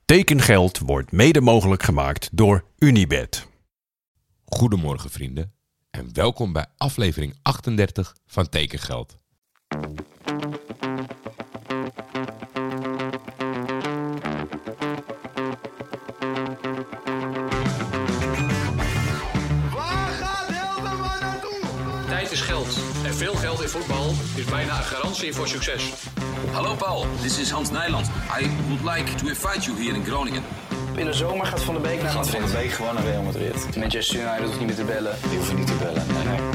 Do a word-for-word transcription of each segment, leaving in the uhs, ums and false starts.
Tekengeld wordt mede mogelijk gemaakt door Unibet. Goedemorgen vrienden en welkom bij aflevering achtendertig van Tekengeld. Tijd is geld en veel geld in voetbal is bijna een garantie voor succes. Hallo Paul, this is Hans Nijland. I would like to invite you here in Groningen. In de zomer gaat Van der Beek naar Gaat Van der Beek gewoon naar Real Madrid. Manchester United hoeft niet meer te bellen. Die hoeven niet te bellen. Nee, nee.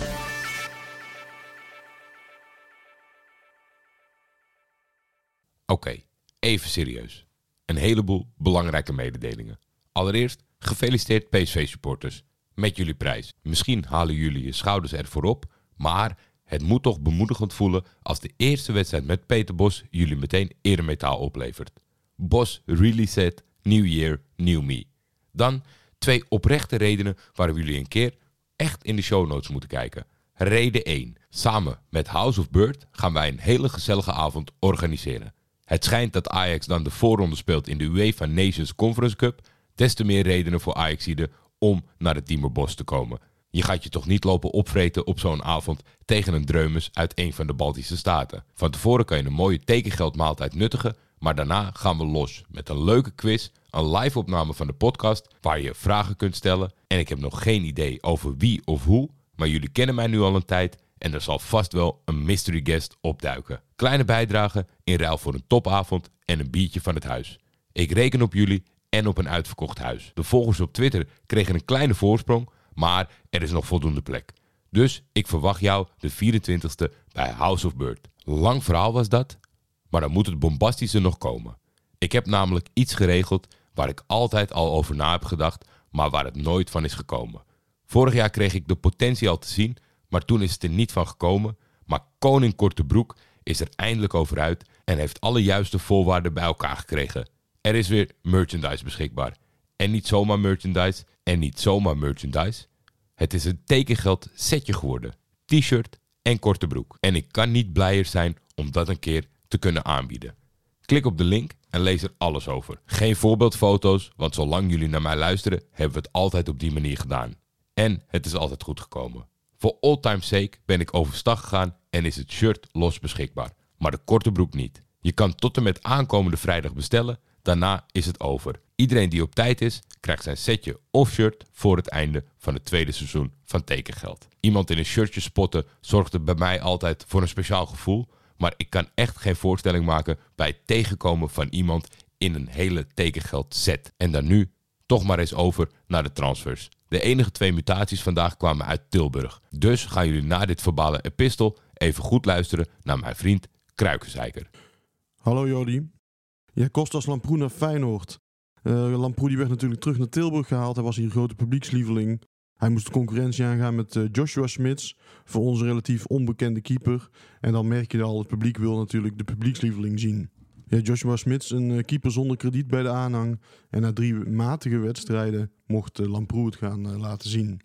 Oké, okay, even serieus. Een heleboel belangrijke mededelingen. Allereerst, gefeliciteerd P S V-supporters met jullie prijs. Misschien halen jullie je schouders ervoor op, maar het moet toch bemoedigend voelen als de eerste wedstrijd met Peter Bos jullie meteen eremetaal oplevert. Bos really said, new year, new me. Dan twee oprechte redenen waarom jullie een keer echt in de show notes moeten kijken. Reden één. Samen met House of Bird gaan wij een hele gezellige avond organiseren. Het schijnt dat Ajax dan de voorronde speelt in de UEFA Nations Conference Cup. Des te meer redenen voor Ajaxiden om naar het Diemerbos te komen. Je gaat je toch niet lopen opvreten op zo'n avond tegen een dreumes uit een van de Baltische staten. Van tevoren kan je een mooie tekengeldmaaltijd nuttigen, maar daarna gaan we los met een leuke quiz, een live opname van de podcast waar je vragen kunt stellen. En ik heb nog geen idee over wie of hoe, maar jullie kennen mij nu al een tijd en er zal vast wel een mystery guest opduiken. Kleine bijdrage in ruil voor een topavond en een biertje van het huis. Ik reken op jullie en op een uitverkocht huis. De volgers op Twitter kregen een kleine voorsprong, maar er is nog voldoende plek. Dus ik verwacht jou de vierentwintigste bij House of Bird. Lang verhaal was dat, maar dan moet het bombastische nog komen. Ik heb namelijk iets geregeld waar ik altijd al over na heb gedacht, maar waar het nooit van is gekomen. Vorig jaar kreeg ik de potentie al te zien, maar toen is het er niet van gekomen. Maar koning Kortebroek is er eindelijk over uit en heeft alle juiste voorwaarden bij elkaar gekregen. Er is weer merchandise beschikbaar. En niet zomaar merchandise en niet zomaar merchandise. Het is een tekengeld setje geworden. T-shirt en korte broek. En ik kan niet blijer zijn om dat een keer te kunnen aanbieden. Klik op de link en lees er alles over. Geen voorbeeldfoto's, want zolang jullie naar mij luisteren, hebben we het altijd op die manier gedaan. En het is altijd goed gekomen. Voor all time's sake ben ik overstag gegaan en is het shirt los beschikbaar. Maar de korte broek niet. Je kan tot en met aankomende vrijdag bestellen. Daarna is het over. Iedereen die op tijd is, krijgt zijn setje of shirt voor het einde van het tweede seizoen van Tekengeld. Iemand in een shirtje spotten zorgde bij mij altijd voor een speciaal gevoel. Maar ik kan echt geen voorstelling maken bij het tegenkomen van iemand in een hele Tekengeld set. En dan nu toch maar eens over naar de transfers. De enige twee mutaties vandaag kwamen uit Tilburg. Dus gaan jullie na dit verbale epistel even goed luisteren naar mijn vriend Kruikenzeiker. Hallo Jordi. Ja, Kostas Lamproe naar Feyenoord. Uh, Lamproe die werd natuurlijk terug naar Tilburg gehaald. Hij was hier grote publiekslieveling. Hij moest de concurrentie aangaan met uh, Joshua Smits. Voor ons een relatief onbekende keeper. En dan merk je al, het publiek wil natuurlijk de publiekslieveling zien. Ja, Joshua Smits, een uh, keeper zonder krediet bij de aanhang. En na drie matige wedstrijden mocht uh, Lamproe het gaan uh, laten zien.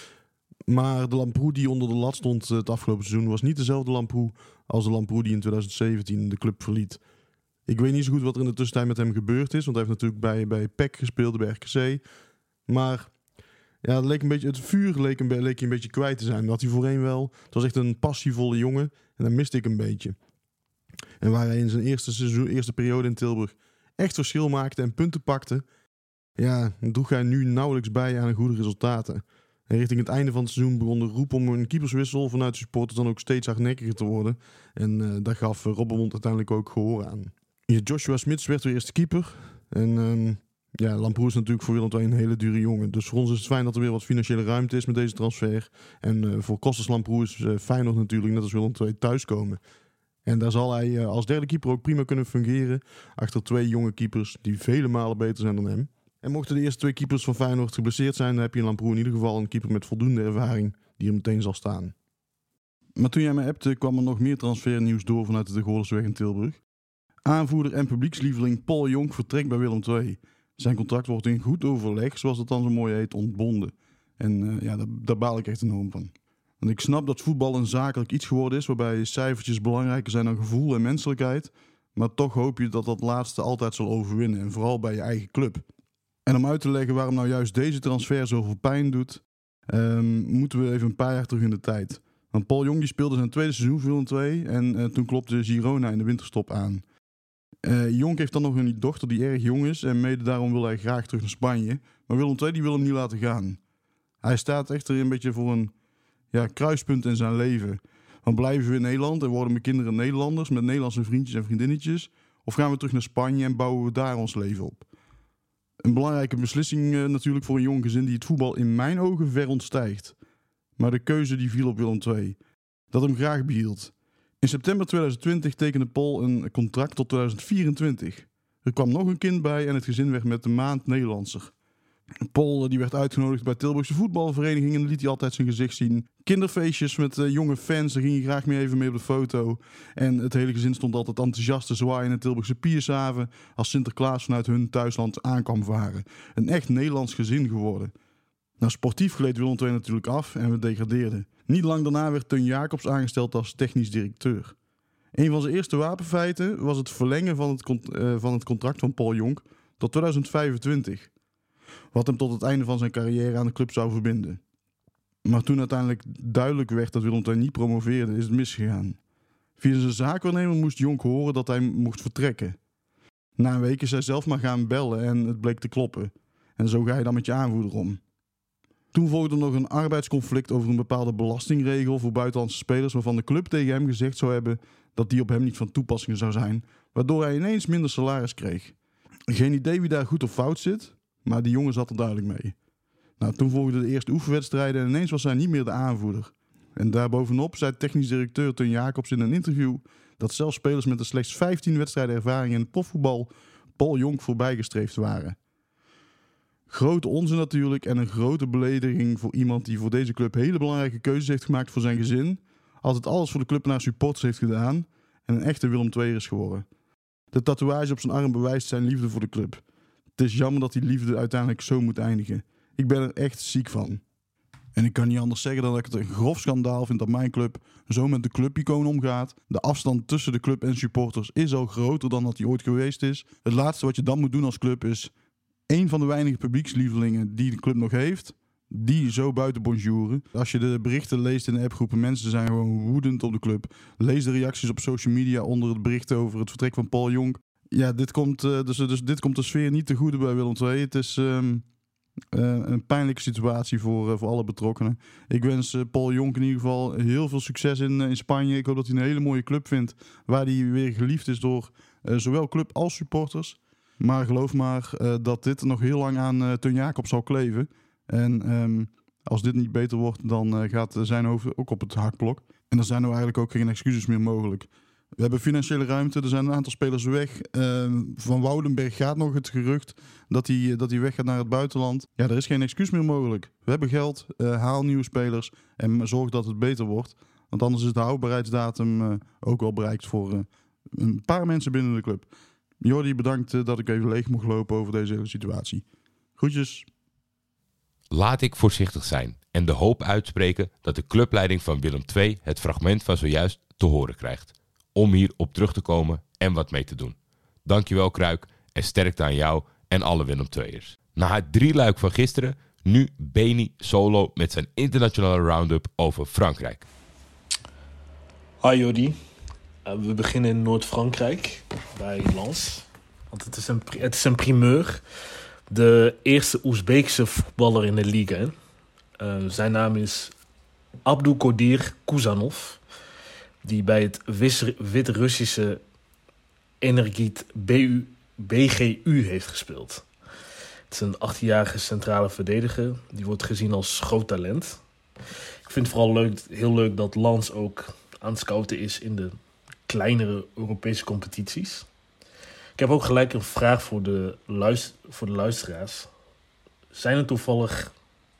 Maar de Lamproe die onder de lat stond uh, het afgelopen seizoen was niet dezelfde Lamproe als de Lamproe die in twintig zeventien de club verliet. Ik weet niet zo goed wat er in de tussentijd met hem gebeurd is. Want hij heeft natuurlijk bij, bij P E C gespeeld, bij R K C. Maar ja, het, leek een beetje, het vuur leek, een, leek hij een beetje kwijt te zijn. Dat had hij voorheen wel. Het was echt een passievolle jongen. En dat miste ik een beetje. En waar hij in zijn eerste, seizoen, eerste periode in Tilburg echt verschil maakte en punten pakte. Ja, droeg hij nu nauwelijks bij aan goede resultaten. En richting het einde van het seizoen begon de roep om een keeperswissel vanuit de supporters dan ook steeds hardnekkiger te worden. En uh, daar gaf uh, Robbenmond uiteindelijk ook gehoor aan. Ja, Joshua Smits werd weer eerste keeper. En um, ja, Lamproe is natuurlijk voor Willem twee een hele dure jongen. Dus voor ons is het fijn dat er weer wat financiële ruimte is met deze transfer. En uh, voor Kostas Lamproe is uh, Feyenoord natuurlijk net als Willem twee thuiskomen. En daar zal hij uh, als derde keeper ook prima kunnen fungeren. Achter twee jonge keepers die vele malen beter zijn dan hem. En mochten de eerste twee keepers van Feyenoord geblesseerd zijn, dan heb je in Lamproe in ieder geval een keeper met voldoende ervaring die er meteen zal staan. Maar toen jij mij appte, kwam er nog meer transfernieuws door vanuit de Goorlersweg in Tilburg. Aanvoerder en publiekslieveling Paul Jonk vertrekt bij Willem twee. Zijn contract wordt in goed overleg, zoals het dan zo mooi heet, ontbonden. En uh, ja, daar, daar baal ik echt enorm van. Want ik snap dat voetbal een zakelijk iets geworden is, waarbij cijfertjes belangrijker zijn dan gevoel en menselijkheid. Maar toch hoop je dat dat laatste altijd zal overwinnen. En vooral bij je eigen club. En om uit te leggen waarom nou juist deze transfer zoveel pijn doet, um, moeten we even een paar jaar terug in de tijd. Want Paul Jong die speelde zijn tweede seizoen voor Willem twee en uh, toen klopte Girona in de winterstop aan. Uh, Jonk heeft dan nog een dochter die erg jong is en mede daarom wil hij graag terug naar Spanje. Maar Willem twee die wil hem niet laten gaan. Hij staat echter een beetje voor een ja, kruispunt in zijn leven. Want blijven we in Nederland en worden mijn kinderen Nederlanders met Nederlandse vriendjes en vriendinnetjes? Of gaan we terug naar Spanje en bouwen we daar ons leven op? Een belangrijke beslissing uh, natuurlijk voor een jong gezin die het voetbal in mijn ogen ver ontstijgt. Maar de keuze die viel op Willem twee. Dat hem graag behield. In september tweeduizend twintig tekende Paul een contract tot tweeduizend vierentwintig. Er kwam nog een kind bij en het gezin werd met de maand Nederlandser. Paul die werd uitgenodigd bij Tilburgse voetbalverenigingen en liet hij altijd zijn gezicht zien. Kinderfeestjes met uh, jonge fans, daar ging hij graag mee even mee op de foto. En het hele gezin stond altijd enthousiast te zwaaien in de Tilburgse Piershaven als Sinterklaas vanuit hun thuisland aankwam varen. Een echt Nederlands gezin geworden. Nou, sportief gleed Willem twee natuurlijk af en we degradeerden. Niet lang daarna werd Teun Jacobs aangesteld als technisch directeur. Een van zijn eerste wapenfeiten was het verlengen van het, cont- uh, van het contract van Paul Jonk tot tweeduizend vijfentwintig. Wat hem tot het einde van zijn carrière aan de club zou verbinden. Maar toen uiteindelijk duidelijk werd dat Willem twee niet promoveerde, is het misgegaan. Via zijn zaakwaarnemer moest Jonk horen dat hij mocht vertrekken. Na een week is hij zelf maar gaan bellen en het bleek te kloppen. En zo ga je dan met je aanvoerder om. Toen volgde nog een arbeidsconflict over een bepaalde belastingregel voor buitenlandse spelers, waarvan de club tegen hem gezegd zou hebben dat die op hem niet van toepassing zou zijn, waardoor hij ineens minder salaris kreeg. Geen idee wie daar goed of fout zit, maar die jongen zat er duidelijk mee. Nou, toen volgden de eerste oefenwedstrijden en ineens was hij niet meer de aanvoerder. En daarbovenop zei technisch directeur Teun Jacobs in een interview dat zelfs spelers met de slechts vijftien wedstrijden ervaring in het profvoetbal Paul Jonk voorbijgestreefd waren. Grote onzin natuurlijk en een grote belediging voor iemand die voor deze club hele belangrijke keuzes heeft gemaakt voor zijn gezin, altijd alles voor de club en haar supporters heeft gedaan en een echte Willem tweeër is geworden. De tatoeage op zijn arm bewijst zijn liefde voor de club. Het is jammer dat die liefde uiteindelijk zo moet eindigen. Ik ben er echt ziek van. En ik kan niet anders zeggen dan dat ik het een grof schandaal vind dat mijn club zo met de clubicoon omgaat. De afstand tussen de club en supporters is al groter dan dat die ooit geweest is. Het laatste wat je dan moet doen als club is één van de weinige publiekslievelingen die de club nog heeft, die zo buiten bonjouren. Als je de berichten leest in de appgroepen, mensen zijn gewoon woedend op de club. Lees de reacties op social media onder het bericht over het vertrek van Paul Jonk. Ja, dit komt, uh, dus, dus dit komt de sfeer niet te goede bij Willem twee. Het is um, uh, een pijnlijke situatie voor, uh, voor alle betrokkenen. Ik wens uh, Paul Jonk in ieder geval heel veel succes in, uh, in Spanje. Ik hoop dat hij een hele mooie club vindt, waar hij weer geliefd is door uh, zowel club als supporters. Maar geloof maar uh, dat dit nog heel lang aan uh, Teun Jacobs zal kleven. En um, als dit niet beter wordt, dan uh, gaat zijn hoofd ook op het hakblok. En dan zijn er eigenlijk ook geen excuses meer mogelijk. We hebben financiële ruimte, er zijn een aantal spelers weg. Uh, van Woudenberg gaat nog het gerucht dat hij, dat hij weggaat naar het buitenland. Ja, er is geen excuus meer mogelijk. We hebben geld, uh, haal nieuwe spelers en zorg dat het beter wordt. Want anders is de houdbaarheidsdatum uh, ook wel bereikt voor uh, een paar mensen binnen de club. Jordi, bedankt uh, dat ik even leeg mocht lopen over deze hele situatie. Groetjes. Laat ik voorzichtig zijn en de hoop uitspreken dat de clubleiding van Willem twee het fragment van zojuist te horen krijgt. Om hier op terug te komen en wat mee te doen. Dankjewel Kruik en sterkte aan jou en alle Willem tweeërs. Na het drieluik van gisteren, nu Beni solo met zijn internationale round-up over Frankrijk. Hi Jordi, uh, we beginnen in Noord-Frankrijk bij Lens. Want het is een, het is een primeur. De eerste Oezbeekse voetballer in de liga. Uh, zijn naam is Abdulkadir Kuzanov, die bij het Wit-Russische Energit B G U heeft gespeeld. Het is een achttienjarige centrale verdediger. Die wordt gezien als groot talent. Ik vind het vooral leuk, heel leuk dat Lens ook aan het scouten is in de kleinere Europese competities. Ik heb ook gelijk een vraag voor de, luister, voor de luisteraars. Zijn er toevallig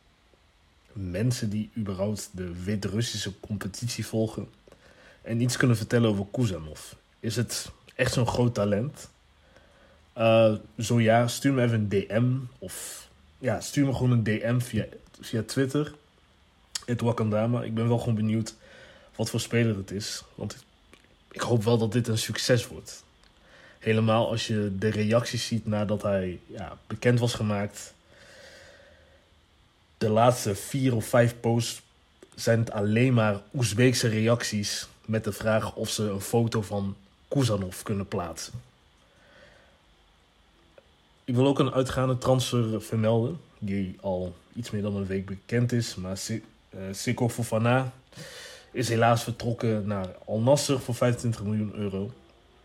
mensen die überhaupt de Wit-Russische competitie volgen en iets kunnen vertellen over Kuzanov? Is het echt zo'n groot talent? Uh, zo ja, stuur me even een D M. Of ja, stuur me gewoon een D M via, via Twitter. Het Wakandama. Ik ben wel gewoon benieuwd wat voor speler het is. Want ik, ik hoop wel dat dit een succes wordt. Helemaal als je de reacties ziet nadat hij ja, bekend was gemaakt. De laatste vier of vijf posts zijn het alleen maar Oezbeekse reacties met de vraag of ze een foto van Kuzanov kunnen plaatsen. Ik wil ook een uitgaande transfer vermelden, die al iets meer dan een week bekend is. Maar Seko Fofana is helaas vertrokken naar Al Nassr voor vijfentwintig miljoen euro.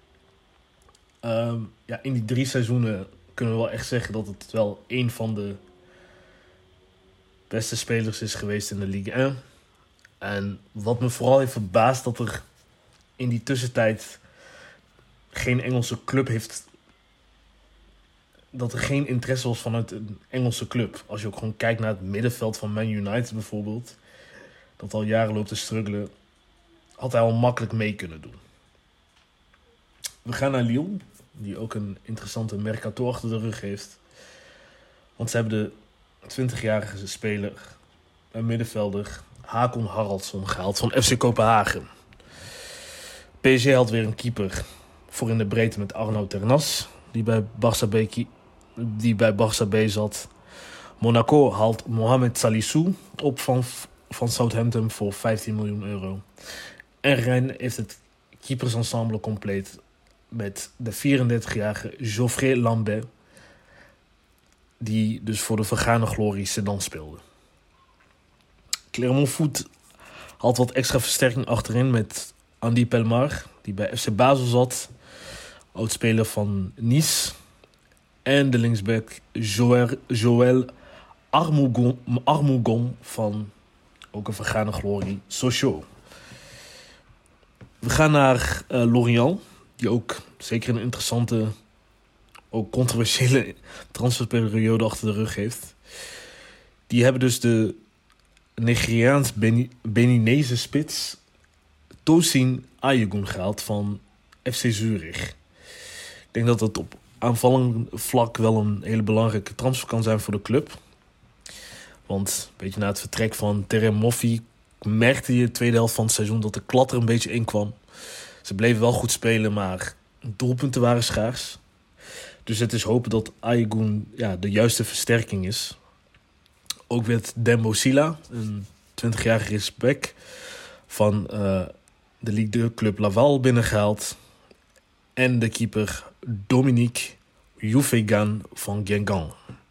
Um, ja, in die drie seizoenen kunnen we wel echt zeggen dat het wel een van de beste spelers is geweest in de Ligue één. En wat me vooral heeft verbaasd, dat er in die tussentijd geen Engelse club heeft... dat er geen interesse was vanuit een Engelse club. Als je ook gewoon kijkt naar het middenveld van Man United bijvoorbeeld, dat al jaren loopt te struggelen, had hij al makkelijk mee kunnen doen. We gaan naar Lille, die ook een interessante mercato achter de rug heeft. Want ze hebben de twintigjarige speler, een middenvelder, Hakon Haraldsson gehaald van F C Kopenhagen. P S G had weer een keeper voor in de breedte met Arnaud Ternas, die bij Barça B, die bij Barça B zat. Monaco haalt Mohamed Salissou op van, van Southampton voor vijftien miljoen euro. En Rennes heeft het keepersensemble compleet met de vierendertigjarige Geoffrey Lambert, die dus voor de vergane glorie Sedan speelde. Clermont Foot had wat extra versterking achterin met Andy Pelmar, die bij F C Basel zat, oudspeler van Nice. En de linksback Joël, Joël Armougon, Armougon van ook een vergane glorie Sochaux. We gaan naar uh, Lorient, die ook zeker een interessante, ook controversiële transferperiode achter de rug heeft. Die hebben dus de Nigeriaans-Beninese spits Tosin Ayegun gehaald van F C Zurich. Ik denk dat dat op aanvallend vlak wel een hele belangrijke transfer kan zijn voor de club. Want een beetje na het vertrek van Terem Moffi merkte je de tweede helft van het seizoen dat de klad er een beetje in kwam. Ze bleven wel goed spelen, maar doelpunten waren schaars. Dus het is hopen dat Ayegun ja, de juiste versterking is. Ook werd Dembo Silla, een twintigjarige rechtsback van uh, de Ligue deux club Laval binnengehaald. En de keeper Dominique Youfegan van Guingamp.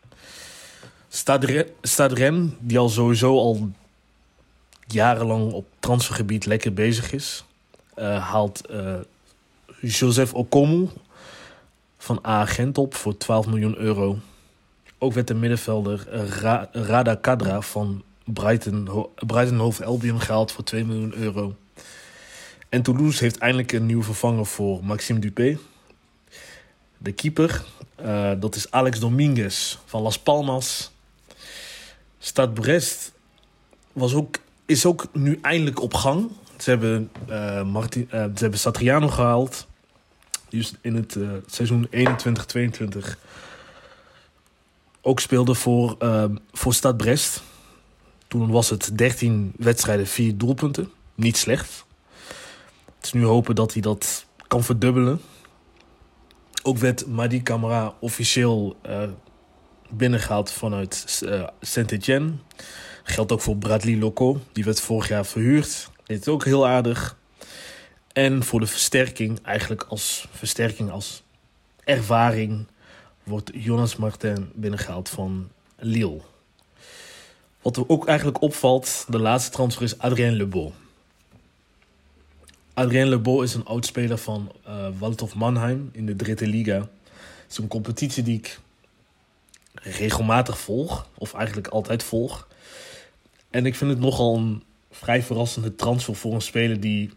Stade Rennes, die al sowieso al jarenlang op transfergebied lekker bezig is, uh, haalt uh, Joseph Okomu van A Gent op voor twaalf miljoen euro. Ook werd de middenvelder Ra- Rada Kadra van Brighton, Ho- Brighton Hove Albion gehaald voor twee miljoen euro. En Toulouse heeft eindelijk een nieuwe vervanger voor Maxime Dupé. De keeper, uh, dat is Alex Dominguez van Las Palmas. Stade Brest was ook, is ook nu eindelijk op gang. Ze hebben, uh, Martin, uh, ze hebben Satriano gehaald. Die is in het uh, seizoen eenentwintig tweeëntwintig ook speelde voor, uh, voor Stade Brest. Toen was het dertien wedstrijden, vier doelpunten. Niet slecht. Het is nu hopen dat hij dat kan verdubbelen. Ook werd Madi Camara officieel uh, binnengehaald vanuit uh, Saint-Étienne. Geldt ook voor Bradley Loco. Die werd vorig jaar verhuurd. Deed het ook heel aardig. En voor de versterking, eigenlijk als versterking, als ervaring, wordt Jonas Martin binnengehaald van Lille. Wat er ook eigenlijk opvalt, de laatste transfer is Adrien Lebeau. Adrien Lebeau is een oudspeler van uh, Waldhof Mannheim in de Dritte Liga. Het is een competitie die ik regelmatig volg, of eigenlijk altijd volg. En ik vind het nogal een vrij verrassende transfer voor een speler die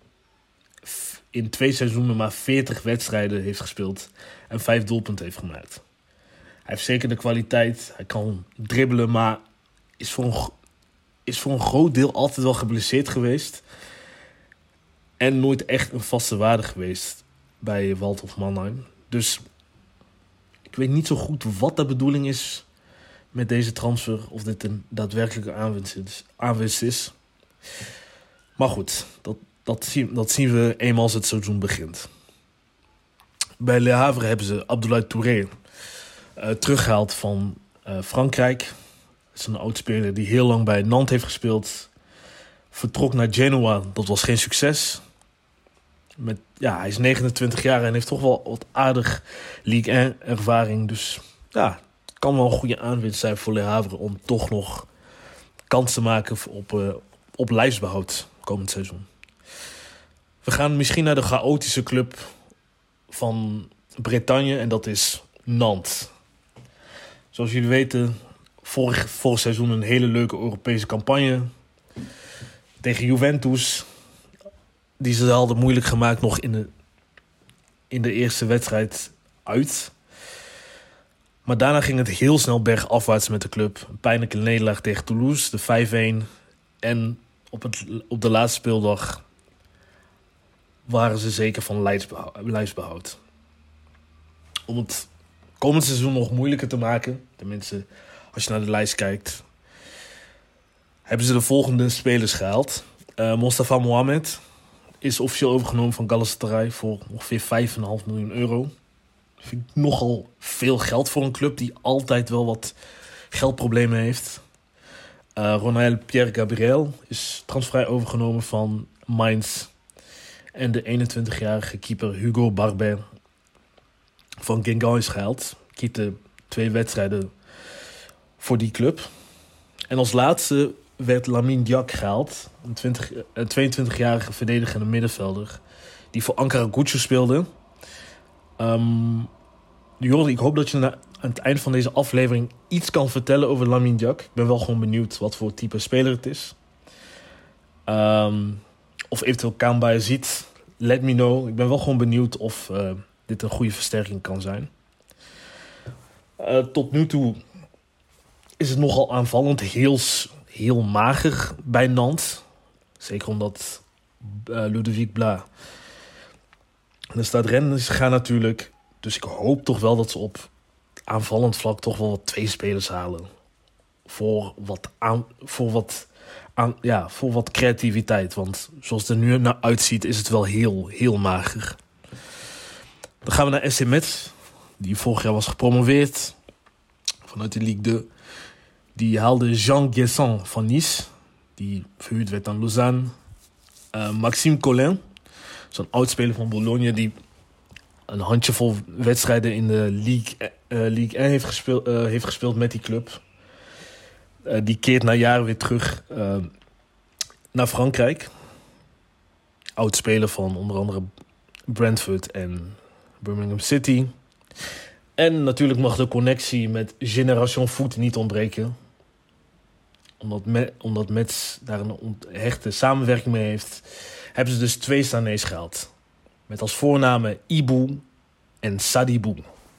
in twee seizoenen maar veertig wedstrijden heeft gespeeld en vijf doelpunten heeft gemaakt. Hij heeft zeker de kwaliteit, hij kan dribbelen, maar is voor een, is voor een groot deel altijd wel geblesseerd geweest. En nooit echt een vaste waarde geweest bij Waldhof Mannheim. Dus ik weet niet zo goed wat de bedoeling is met deze transfer. Of dit een daadwerkelijke aanwinst is. Aanwinst is. Maar goed, dat, dat, zien, dat zien we eenmaal als het seizoen begint. Bij Le Havre hebben ze Abdoulaye Touré uh, teruggehaald van uh, Frankrijk. Dat is een oud-speler die heel lang bij Nantes heeft gespeeld. Vertrok naar Genoa, dat was geen succes. Met, ja, hij is negenentwintig jaar en heeft toch wel wat aardig Ligue één ervaring. Dus ja, het kan wel een goede aanwinst zijn voor Le Havre om toch nog kans te maken op, uh, op lijfsbehoud komend seizoen. We gaan misschien naar de chaotische club van Bretagne en dat is Nantes. Zoals jullie weten, vorig, vorig seizoen een hele leuke Europese campagne tegen Juventus. Die ze hadden moeilijk gemaakt nog in de, in de eerste wedstrijd uit. Maar daarna ging het heel snel bergafwaarts met de club. Een pijnlijke nederlaag tegen Toulouse, de vijf-een. En op, het, op de laatste speeldag waren ze zeker van lijfsbehoud, lijfsbehoud. Om het komend seizoen nog moeilijker te maken, tenminste als je naar de lijst kijkt, hebben ze de volgende spelers gehaald. Uh, Mostafa Mohamed is officieel overgenomen van Galatasaray voor ongeveer vijf komma vijf miljoen euro. Dat vind ik nogal veel geld voor een club die altijd wel wat geldproblemen heeft. Uh, Ronald Pierre Gabriel is transfervrij overgenomen van Mainz. En de eenentwintigjarige keeper Hugo Barbet van Guingamp is gehaald. Keepte twee wedstrijden voor die club. En als laatste werd Lamine Diack gehaald. Een, twintig, een tweeëntwintigjarige verdedigende middenvelder die voor Ankara Gucci speelde. Um, Jordi, ik hoop dat je na, aan het eind van deze aflevering iets kan vertellen over Lamine Diack. Ik ben wel gewoon benieuwd wat voor type speler het is. Um, of eventueel Kamba je ziet. Let me know. Ik ben wel gewoon benieuwd of uh, dit een goede versterking kan zijn. Uh, tot nu toe is het nogal aanvallend. Heel, heel mager bij Nantes. Zeker omdat uh, Ludovic Blas er staat rennen gaan natuurlijk. Dus ik hoop toch wel dat ze op aanvallend vlak toch wel wat twee spelers halen. Voor wat, aan, voor wat, aan, ja, voor wat creativiteit. Want zoals het er nu naar uitziet is het wel heel, heel mager. Dan gaan we naar S C Metz. Die vorig jaar was gepromoveerd vanuit de Ligue twee. Die haalde Jean Guesson van Nice. Die verhuurd werd aan Lausanne. Uh, Maxime Collin. Zo'n oudspeler van Bologna die een handjevol wedstrijden in de Ligue, uh, Ligue één heeft gespeeld, uh, heeft gespeeld met die club. Uh, die keert na jaren weer terug uh, naar Frankrijk. Oudspeler van onder andere Brentford en Birmingham City. En natuurlijk mag de connectie met Génération Foot niet ontbreken. Omdat, Me- omdat Metz daar een hechte samenwerking mee heeft, hebben ze dus twee Sanés gehaald. Met als voornamen Ibou en Sadibou.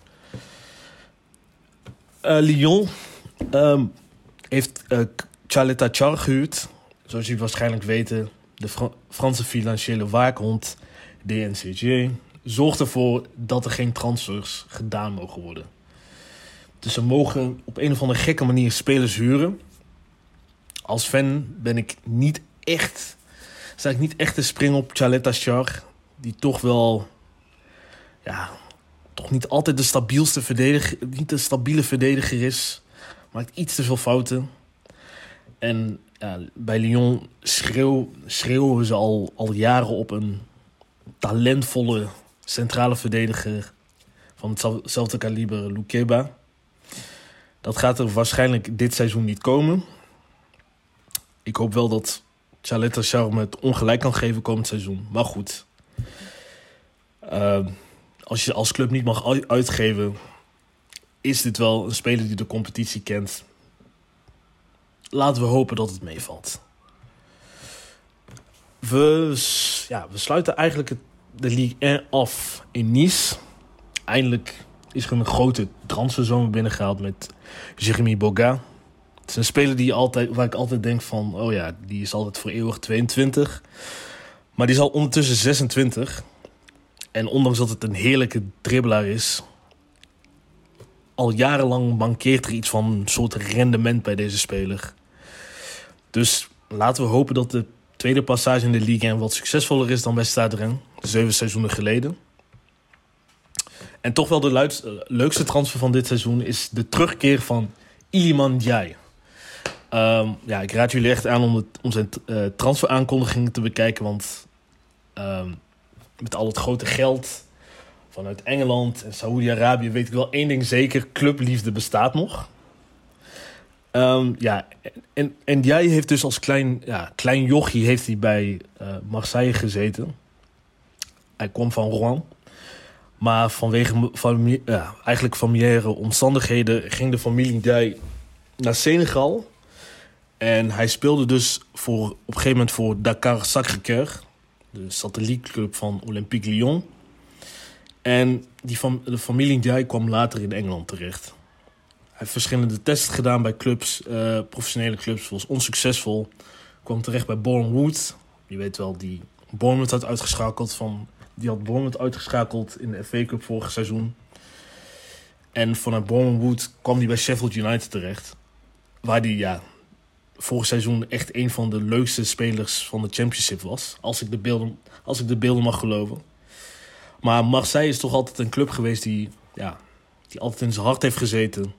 Uh, Lyon um, heeft uh, Tchaleta Char gehuurd. Zoals jullie waarschijnlijk weten, de Fra- Franse financiële waakhond D N C G zorgt ervoor dat er geen transfers gedaan mogen worden. Dus ze mogen op een of andere gekke manier spelers huren. Als fan ben ik niet echt, sta ik niet echt te springen op Tchaleta Char, die toch wel, ja, toch niet altijd de stabielste verdediger, niet de stabiele verdediger is. Maakt iets te veel fouten. En ja, bij Lyon schreeuw, schreeuwen ze al, al jaren op een talentvolle centrale verdediger van hetzelfde kaliber, Loukeba. Dat gaat er waarschijnlijk dit seizoen niet komen. Ik hoop wel dat Tchaleta Char me het ongelijk kan geven komend seizoen. Maar goed. Uh, als je als club niet mag uitgeven, is dit wel een speler die de competitie kent. Laten we hopen dat het meevalt. We, ja, we sluiten eigenlijk het, de Ligue één af in Nice. Eindelijk is er een grote transferzomer binnengehaald met Jérémy Boga. Het is een speler die altijd, waar ik altijd denk van, oh ja, die is altijd voor eeuwig tweeëntwintig. Maar die is al ondertussen zesentwintig. En ondanks dat het een heerlijke dribbelaar is, al jarenlang mankeert er iets van een soort rendement bij deze speler. Dus laten we hopen dat de tweede passage in de Ligue één wat succesvoller is dan bij Stade Rennes, zeven seizoenen geleden. En toch wel de luid, uh, leukste transfer van dit seizoen is de terugkeer van Iliman Ndiaye. Um, ja, ik raad jullie echt aan om, het, om zijn uh, transferaankondigingen te bekijken. Want um, met al het grote geld vanuit Engeland en Saoedi-Arabië weet ik wel één ding zeker. Clubliefde bestaat nog. Um, ja, en, en Ndiaye heeft dus als klein, ja, klein jochie heeft hij bij uh, Marseille gezeten. Hij kwam van Rouen. Maar vanwege familie, ja, eigenlijk familiaire omstandigheden ging de familie Ndiaye naar Senegal. En hij speelde dus voor, op een gegeven moment voor Dakar Sacré-Cœur, de satellietclub van Olympique Lyon. En die fam, de familie Ndiaye kwam later in Engeland terecht. Hij heeft verschillende tests gedaan bij clubs, uh, professionele clubs, was onsuccesvol. Kwam terecht bij Bournemouth. Je weet wel, die Bournemouth had uitgeschakeld van... Die had Bournemouth uitgeschakeld in de F A Cup vorig seizoen. En vanuit Bournemouth kwam hij bij Sheffield United terecht. Waar hij ja, vorig seizoen echt een van de leukste spelers van de Championship was. Als ik de beelden, als ik de beelden mag geloven. Maar Marseille is toch altijd een club geweest die, ja, die altijd in zijn hart heeft gezeten.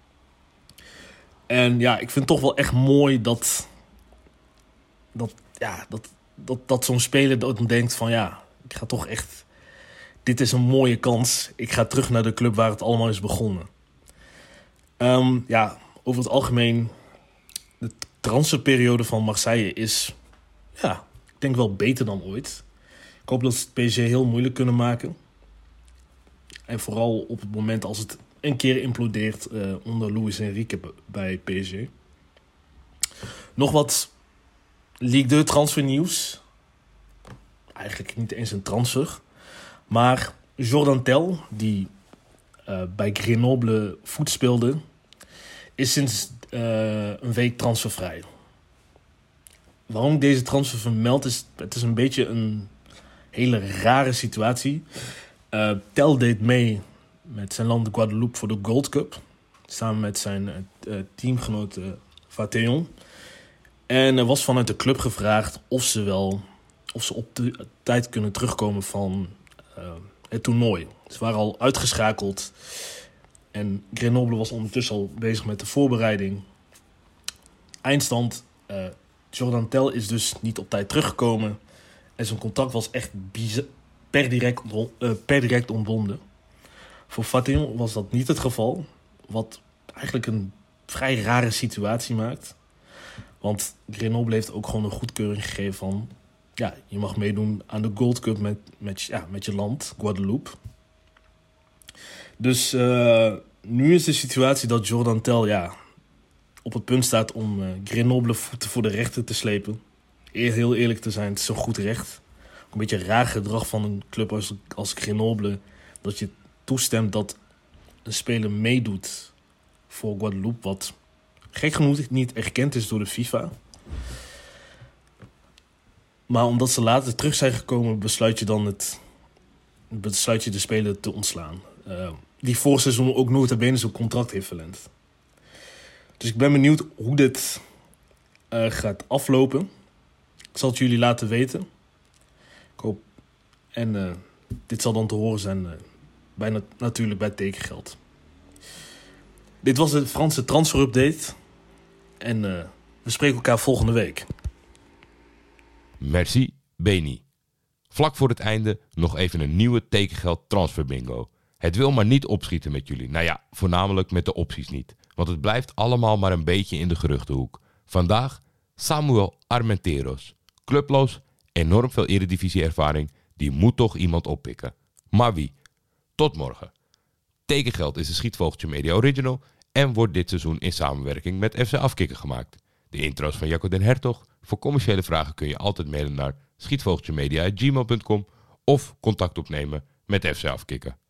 En ja, ik vind het toch wel echt mooi dat, dat, ja, dat, dat, dat zo'n speler dan denkt van ja... Ik ga toch echt... Dit is een mooie kans. Ik ga terug naar de club waar het allemaal is begonnen. Um, ja, over het algemeen... De transferperiode van Marseille is... Ja, ik denk wel beter dan ooit. Ik hoop dat ze het P S G heel moeilijk kunnen maken. En vooral op het moment als het een keer implodeert... Uh, onder Luis Enrique bij P S G. Nog wat Ligue twee transfernieuws... Eigenlijk niet eens een transfer. Maar Jordan Tell, die uh, bij Grenoble voet speelde... is sinds uh, een week transfervrij. Waarom ik deze transfer vermeld is... Het is een beetje een hele rare situatie. Uh, Tell deed mee met zijn land de Guadeloupe voor de Gold Cup. Samen met zijn uh, teamgenoot uh, Vateon. En er was vanuit de club gevraagd of ze wel... of ze op de tijd kunnen terugkomen van uh, het toernooi. Ze waren al uitgeschakeld. En Grenoble was ondertussen al bezig met de voorbereiding. Eindstand. Uh, Jordan Tell is dus niet op tijd teruggekomen. En zijn contract was echt bizar, per, direct, uh, per direct ontbonden. Voor Fation was dat niet het geval. Wat eigenlijk een vrij rare situatie maakt. Want Grenoble heeft ook gewoon een goedkeuring gegeven van... Ja, je mag meedoen aan de Gold Cup met, met, ja, met je land, Guadeloupe. Dus uh, nu is de situatie dat Jordan Tell ja, op het punt staat om uh, Grenoble voeten voor de rechter te slepen. Eer, heel eerlijk te zijn, het is een goed recht. Ook een beetje raar gedrag van een club als, als Grenoble. Dat je toestemt dat een speler meedoet voor Guadeloupe. Wat gek genoeg niet erkend is door de FIFA. Maar omdat ze later terug zijn gekomen, besluit je dan het, besluit je de speler te ontslaan. Uh, die vorig seizoen ook nota bene zijn contract heeft verlengd. Dus ik ben benieuwd hoe dit uh, gaat aflopen. Ik zal het jullie laten weten. Ik hoop. En uh, dit zal dan te horen zijn uh, bij na- natuurlijk bij Tekengeld. Dit was de Franse transfer update. En uh, we spreken elkaar volgende week. Merci, Beni. Vlak voor het einde nog even een nieuwe Tekengeld transfer bingo. Het wil maar niet opschieten met jullie. Nou ja, voornamelijk met de opties niet. Want het blijft allemaal maar een beetje in de geruchtenhoek. Vandaag Samuel Armenteros. Clubloos, enorm veel eredivisie-ervaring. Die moet toch iemand oppikken. Maar wie? Tot morgen. Tekengeld is de Schietvogeltje Media Original en wordt dit seizoen in samenwerking met F C Afkikken gemaakt. De intro's van Jacco den Hertog. Voor commerciële vragen kun je altijd mailen naar schietvogeltjemedia apenstaartje gmail punt com of contact opnemen met F C Afkikken.